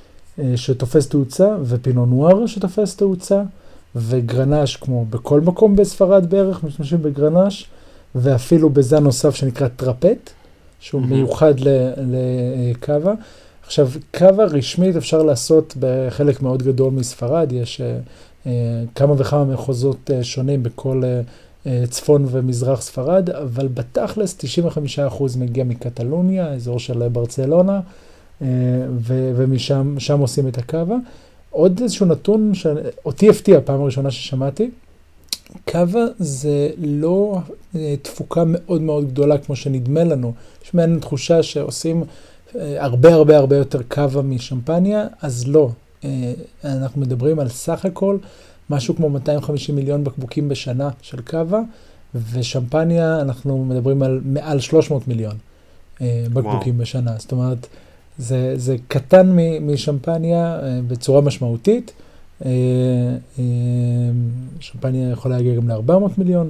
שתופס תאוצה, ופינו נואר שתופס תאוצה, וגרנש כמו בכל מקום בספרד בערך, משתמשים בגרנש, ואפילו בזן נוסף שנקרא טרפט, שהוא מיוחד לקאבה. עכשיו, קאבה רשמית אפשר לעשות בחלק מאוד גדול מספרד, יש uh, כמה וכמה מחוזות uh, שונים בכל uh, צפון ומזרח ספרד, אבל בתכלס תשעים וחמישה אחוז מגיע מקטלוניה, אזור של ברצלונה, uh, ו- ומשם שם עושים את הקאבה. עוד איזשהו נתון שאותי הפתיע הפעם הראשונה ששמעתי, קאבה זה לא uh, תפוקה מאוד מאוד גדולה כמו שנדמה לנו. יש מעין תחושה שעושים הרבה הרבה הרבה יותר קאבה משמפניה, אז לא. אנחנו מדברים על סך הכל משהו כמו מאתיים וחמישים מיליון בקבוקים בשנה של קאבה, ושמפניה אנחנו מדברים על מעל שלוש מאות מיליון בקבוקים וואו. בשנה. זאת אומרת, זה, זה קטן משמפניה בצורה משמעותית. שמפניה יכולה להגיע גם ל-ארבע מאות מיליון,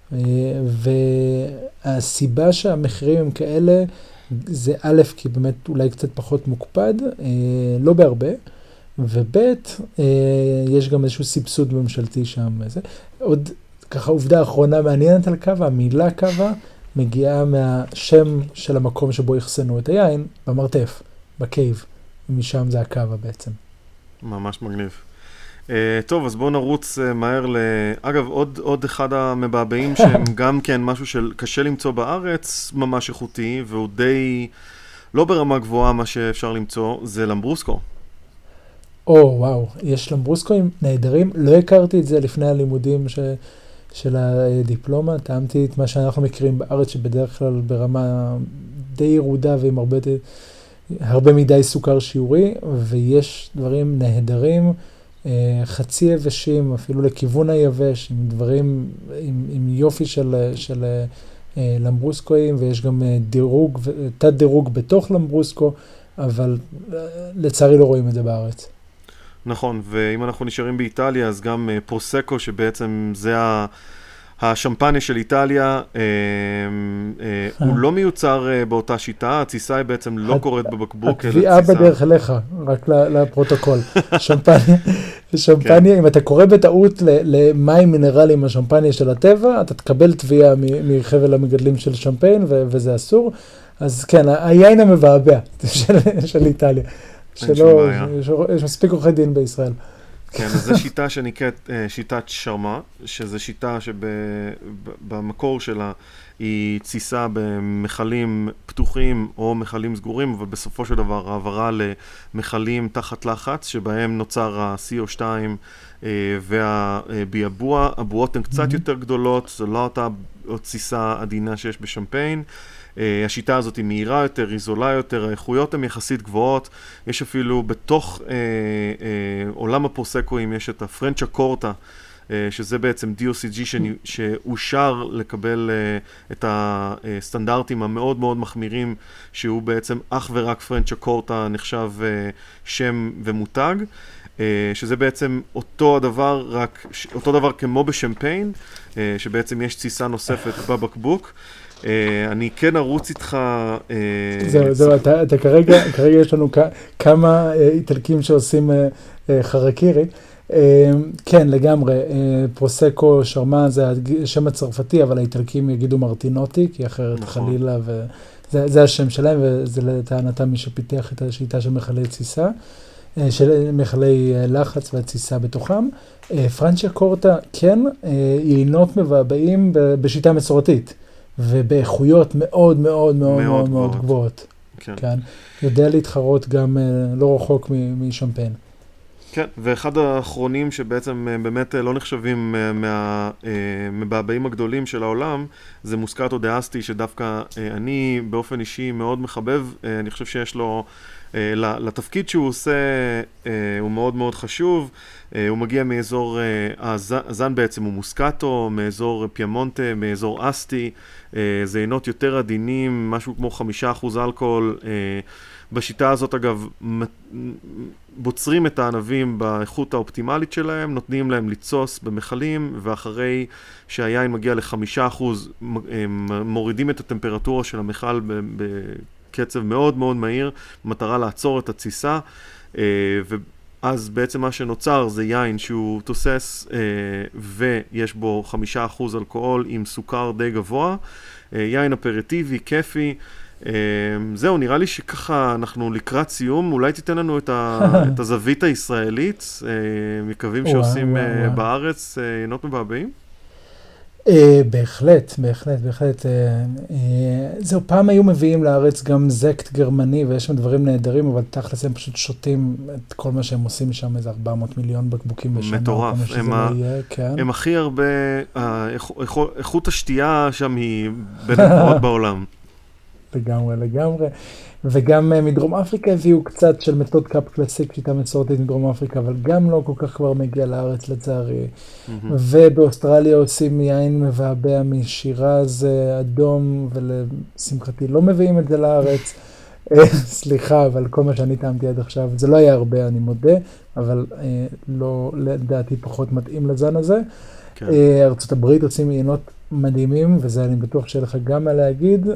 והסיבה שהמחירים הם כאלה, זה א', כי באמת אולי קצת פחות מוקפד, אה, לא בהרבה, וב', אה, יש גם איזשהו סבסוד ממשלתי שם. זה. עוד ככה עובדה האחרונה מעניינת על קאבה, המילה קאבה מגיעה מהשם של המקום שבו יחסנו את היין, במרתף, בקייב, ומשם זה הקאבה בעצם. ממש מגניב. Uh, טוב, אז בואו נרוץ uh, מהר ל... אגב, עוד, עוד אחד המבעבעים שהם גם כן משהו שקשה למצוא בארץ, ממש איכותי, והוא די לא ברמה גבוהה מה שאפשר למצוא, זה למברוסקו. או, oh, וואו, יש למברוסקוים נהדרים. לא הכרתי את זה לפני הלימודים ש... של הדיפלומה, טעמתי את מה שאנחנו מכירים בארץ, שבדרך כלל ברמה די ירודה ועם הרבה, הרבה מדי סוכר שיעורי, ויש דברים נהדרים, חצי יבשים, אפילו לכיוון היבש, עם דברים, עם, עם יופי של, של למברוסקויים, ויש גם דירוג, תת דירוג בתוך למברוסקו, אבל לצערי לא רואים את זה בארץ. נכון, ואם אנחנו נשארים באיטליה, אז גם פרוסקו, שבעצם זה ה... השמפניה של איטליה, אה, אה, הוא לא מיוצר אה, באותה שיטה, התסיסה היא בעצם לא קורית בבקבוק. הקביעה בדרך אליך, רק לפרוטוקול. שמפניה, שמפניה, אם אתה קורא בטעות למים מינרליים השמפניה של הטבע, אתה תקבל תביעה מחבל המגדלים של שמפיין, וזה אסור. אז כן, היין המבעבע של איטליה. שלא, יש מספיק עורכי דין בישראל. כן, אז זו שיטה שנקראת שיטת שרמה, שזו שיטה שבמקור שלה היא תסיסה במחלים פתוחים או מחלים סגורים, אבל בסופו של דבר העברה למחלים תחת לחץ, שבהם נוצר ה-סי או שתיים והביאבוע. הבועות הן קצת יותר גדולות, זו לא אותה תסיסה עדינה שיש בשמפיין. השיטה הזאת היא מהירה יותר, היא זולה יותר, האיכויות הן יחסית גבוהות. יש אפילו בתוך אה, אה, עולם הפרוסקואים יש את הפרנצ'ה קורטה, אה, שזה בעצם די או סי ג'י שאושר לקבל אה, את הסטנדרטים המאוד מאוד מחמירים, שהוא בעצם אך ורק פרנצ'ה קורטה נחשב אה, שם ומותג, אה, שזה בעצם אותו הדבר, רק אותו דבר כמו בשמפיין, אה, שבעצם יש תסיסה נוספת בבקבוק. Uh, אני כן ארוץ איתך... Uh, זהו, זהו, אתה, אתה כרגע, כרגע יש לנו כ, כמה uh, איטלקים שעושים uh, uh, חרקירי. Uh, כן, לגמרי, uh, פרוסקו שרמה זה השם הצרפתי, אבל האיטלקים יגידו מרטינוטי, כי אחרת נכון. חלילה, וזה זה השם שלהם, וזה לטענתם מי שפיתח את השיטה של מחלי תסיסה, uh, של מחלי uh, לחץ והתסיסה בתוכם. Uh, פרנצ'ה קורטה, כן, uh, יינות מבעבעים בשיטה מסורתית. ובאיכויות מאוד מאוד מאוד מאוד מאוד גבוהות. כן. כן. יודע להתחרות גם לא רחוק משמפיין. כן, ואחד האחרונים שבעצם באמת לא נחשבים מהמבעבעים הגדולים של העולם, זה מוסקטו דה אסטי, שדווקא אני באופן אישי מאוד מחבב. אני חושב שיש לו, לתפקיד שהוא עושה, הוא מאוד מאוד חשוב. הוא מגיע מאזור, הזן בעצם הוא מוסקטו, מאזור פיאמונטה, מאזור אסטי. זה עינות יותר עדינים, משהו כמו חמישה אחוז אלכוהול. בשיטה הזאת אגב בוצרים את הענבים באיכות האופטימלית שלהם, נותנים להם לצוס במחלים, ואחרי שהיין מגיע לחמישה אחוז מורידים את הטמפרטורה של המחל בקצב מאוד מאוד מהיר, במטרה לעצור את התסיסה, ואז בעצם מה שנוצר זה יין שהוא תוסס ויש בו חמישה אחוז אלכוהול עם סוכר די גבוה, יין אפרטיבי, כיפי. זהו, נראה לי שככה אנחנו לקראת סיום. אולי תיתן לנו את, ה, את הזווית הישראלית, מקווים שעושים בארץ יינות מבעבעים? בהחלט, בהחלט, בהחלט. זהו, פעם היו מביאים לארץ גם זקט גרמני, ויש שם דברים נהדרים, אבל תכלס הם פשוט שותים את כל מה שהם עושים שם, איזה ארבע מאות מיליון בקבוקים בשנה. מטורף. הם, ה... כן. הם הכי הרבה, איכות השתייה שם היא בין הגבוהות בעולם. לגמרי, לגמרי. וגם מדרום אפריקה הביאו קצת של מתוד קאפ קלאסיק, שיטה מסורתית מדרום אפריקה, אבל גם לא כל כך כבר מגיע לארץ לצערי. Mm-hmm. ובאוסטרליה עושים יין מבעבע משירז אדום, ולשמחתי לא מביאים את זה לארץ. סליחה, אבל כל מה שאני טעמתי עד עכשיו, זה לא היה הרבה, אני מודה, אבל לא, לדעתי פחות מתאים לזן הזה. כן. ארצות הברית עושים יינות מדהימים, וזה אני בטוח שלך גם מה להגיד,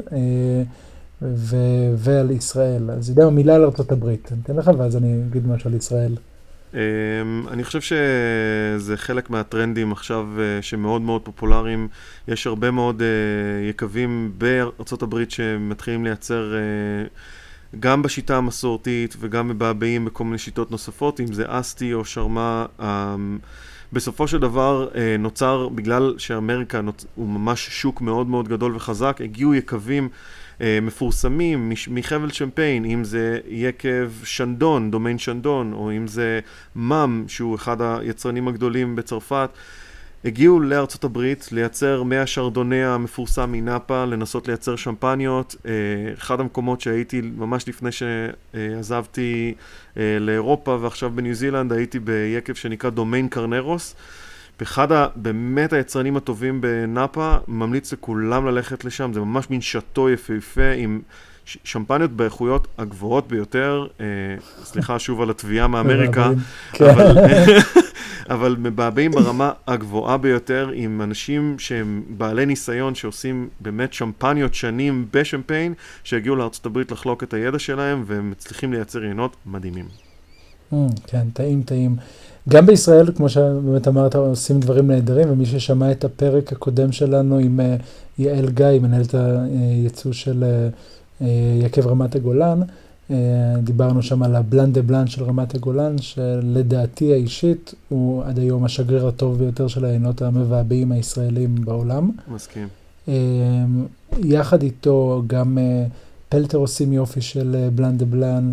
ו- ועל ישראל. אז יודע מילה על ארצות הברית, אני אתן לך ואז אני אגיד משהו על ישראל. אני חושב שזה חלק מהטרנדים עכשיו שמאוד מאוד פופולריים. יש הרבה מאוד יקבים בארצות הברית שמתחילים לייצר גם בשיטה המסורתית וגם מבעבעים בכל מיני שיטות נוספות, אם זה אסטי או שרמה. בסופו של דבר נוצר, בגלל שאמריקה הוא ממש שוק מאוד מאוד גדול וחזק, הגיעו יקבים מפורסמים מחבל שמפיין, אם זה יקב שנדון, דומיין שנדון, או אם זה מאם, שהוא אחד היצרנים הגדולים בצרפת, הגיעו לארצות הברית לייצר מהשרדונה המפורסם מנאפה, לנסות לייצר שמפניות. אחד המקומות שהייתי ממש לפני שעזבתי לאירופה ועכשיו בניו זילנד, הייתי ביקב שנקרא דומיין קרנרוס. באחד באמת היצרנים הטובים בנאפה, ממליץ לכולם ללכת לשם, זה ממש מין שטו יפהפה עם שמפניות באיכויות הגבוהות ביותר. סליחה שוב על התביעה מאמריקה, אבל... אבל מבעבעים ברמה הגבוהה ביותר, עם אנשים שהם בעלי ניסיון, שעושים באמת שמפניות שנים בשמפיין, שהגיעו לארצות הברית לחלוק את הידע שלהם, והם מצליחים לייצר יינות מדהימים. כן, טעים, טעים. גם בישראל, כמו שבאמת אמרת, עושים דברים נהדרים, ומי ששמע את הפרק הקודם שלנו עם יעל גיא, מנהלת הייצוא של יקב רמת הגולן, דיברנו שם על הבלן דה בלן של רמת הגולן, שלדעתי האישית הוא עד היום השגריר הטוב ביותר של היינות המבעבעים הישראלים בעולם. מסכים. יחד איתו גם פלטר עושים יופי של בלן דה בלן,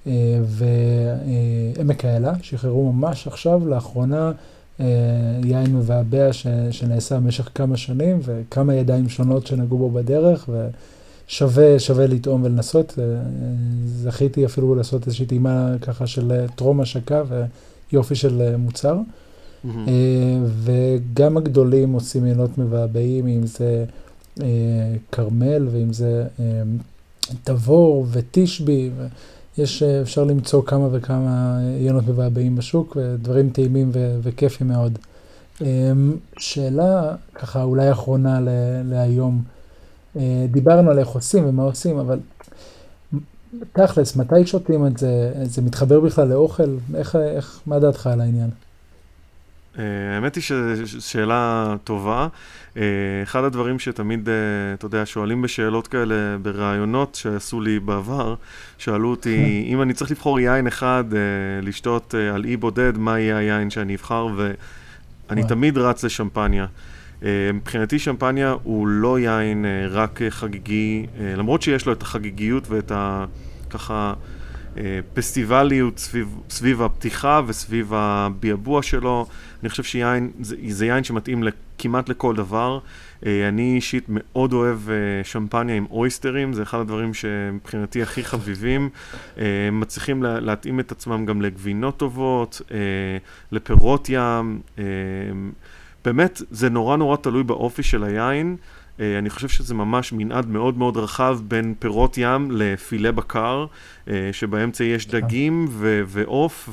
ועמק האלה, שחררו ממש עכשיו, לאחרונה, יין מבעבע ש, שנעשה במשך כמה שנים, וכמה ידיים שונות שנגעו בו בדרך, ושווה שווה לטעום ולנסות. זכיתי אפילו לעשות איזושהי טעימה ככה של טרום השקה ויופי של מוצר. Mm-hmm. וגם הגדולים עושים יינות מבעבעים, אם זה קרמל, ואם זה תבור ותשבי, יש, אפשר למצוא כמה וכמה יינות מבעבעים בשוק, ודברים טעימים ו- וכיפים מאוד. שאלה, ככה אולי אחרונה ל- להיום, דיברנו על איך עושים ומה עושים, אבל תכלס, מתי שותים את זה? זה מתחבר בכלל לאוכל? איך, איך, מה דעתך על העניין? האמת היא ששאלה טובה. אחד הדברים שתמיד, אתה יודע, שואלים בשאלות כאלה ברעיונות שעשו לי בעבר, שאלו אותי, אם אני צריך לבחור יין אחד לשתות על אי בודד, מה יהיה היין שאני אבחר, ואני תמיד רץ לשמפניה. מבחינתי שמפניה הוא לא יין רק חגיגי, למרות שיש לו את החגיגיות ואת ה... ככה... פסטיבליות סביב, סביב הפתיחה וסביב הביאבוע שלו. אני חושב שיין, זה, זה יין שמתאים כמעט לכל דבר. אני אישית מאוד אוהב שמפניה עם אויסטרים, זה אחד הדברים שמבחינתי הכי חביבים. מצליחים לה, להתאים את עצמם גם לגבינות טובות, לפירות ים. באמת, זה נורא נורא תלוי באופי של היין. אני חושב שזה ממש מנעד מאוד מאוד רחב בין פירות ים לפילה בקר, שבאמצע יש דגים ועוף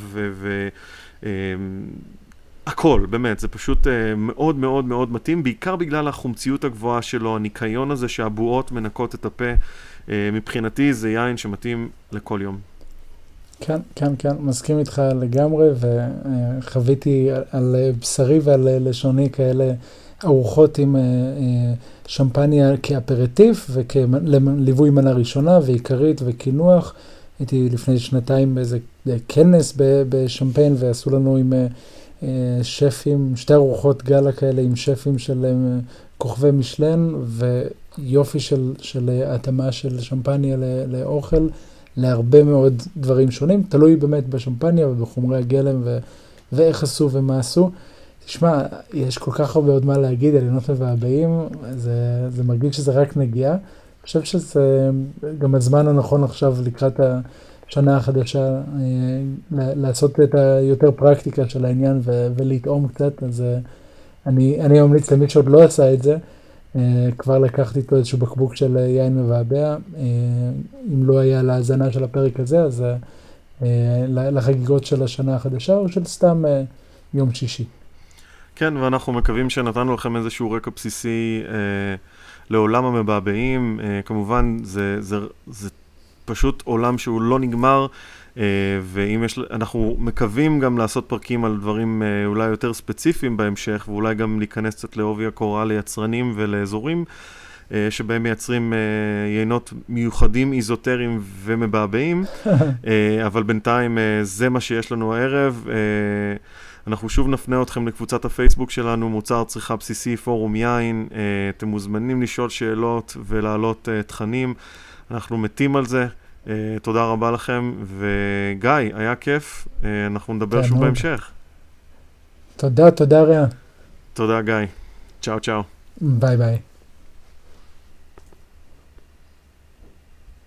והכל, באמת, זה פשוט מאוד מאוד מאוד מתאים, בעיקר בגלל החומציות הגבוהה שלו, הניקיון הזה שהבועות מנקות את הפה. מבחינתי זה יין שמתאים לכל יום. כן, כן, כן, מסכים איתך לגמרי, וחוויתי על בשרי ועל לשוני כאלה ארוחות עם שמפניה כאפרטיף וכליווי מנה ראשונה ועיקרית וכינוח. הייתי לפני שנתיים באיזה כנס בשמפיין, ועשו לנו עם שפים, שתי ארוחות גלה כאלה עם שפים של כוכבי משלן, ויופי של, של התאמה של שמפניה לאוכל, להרבה מאוד דברים שונים, תלוי באמת בשמפניה ובחומרי הגלם ו, ואיך עשו ומה עשו. תשמע, יש כל כך הרבה עוד מה להגיד על יינות מבעבעים, זה, זה מרגיש שזה רק נגיעה. אני חושב שזה גם הזמן הנכון עכשיו לקראת השנה החדשה, לעשות את היותר פרקטיקה של העניין ו, ולטעום קצת. אז אני, אני ממליץ למי שעוד לא עשה את זה, כבר לקחתי איתו איזשהו בקבוק של יין מבעבע. אם לא היה להאזנה של הפרק הזה, אז לחגיגות של השנה החדשה, או של סתם יום שישי. כן, ואנחנו מקווים שנתנו לכם איזשהו רקע בסיסי אה, לעולם המבעבעים. אה, כמובן, זה, זה, זה פשוט עולם שהוא לא נגמר, אה, ואם יש, אנחנו מקווים גם לעשות פרקים על דברים אה, אולי יותר ספציפיים בהמשך, ואולי גם להיכנס קצת לעובי הקורה ליצרנים ולאזורים, אה, שבהם מייצרים אה, יינות מיוחדים, איזוטריים ומבעבעים, אה, אבל בינתיים אה, זה מה שיש לנו הערב. אה, אנחנו שוב נפנה אתכם לקבוצת הפייסבוק שלנו, מוצר צריכה בסיסי פורום יין. אתם מוזמנים לשאול שאלות ולהעלות תכנים. אנחנו מתים על זה. תודה רבה לכם. וגיא, היה כיף. אנחנו נדבר שוב בהמשך. תודה, תודה רע. תודה גיא. צ'או צ'או. ביי ביי.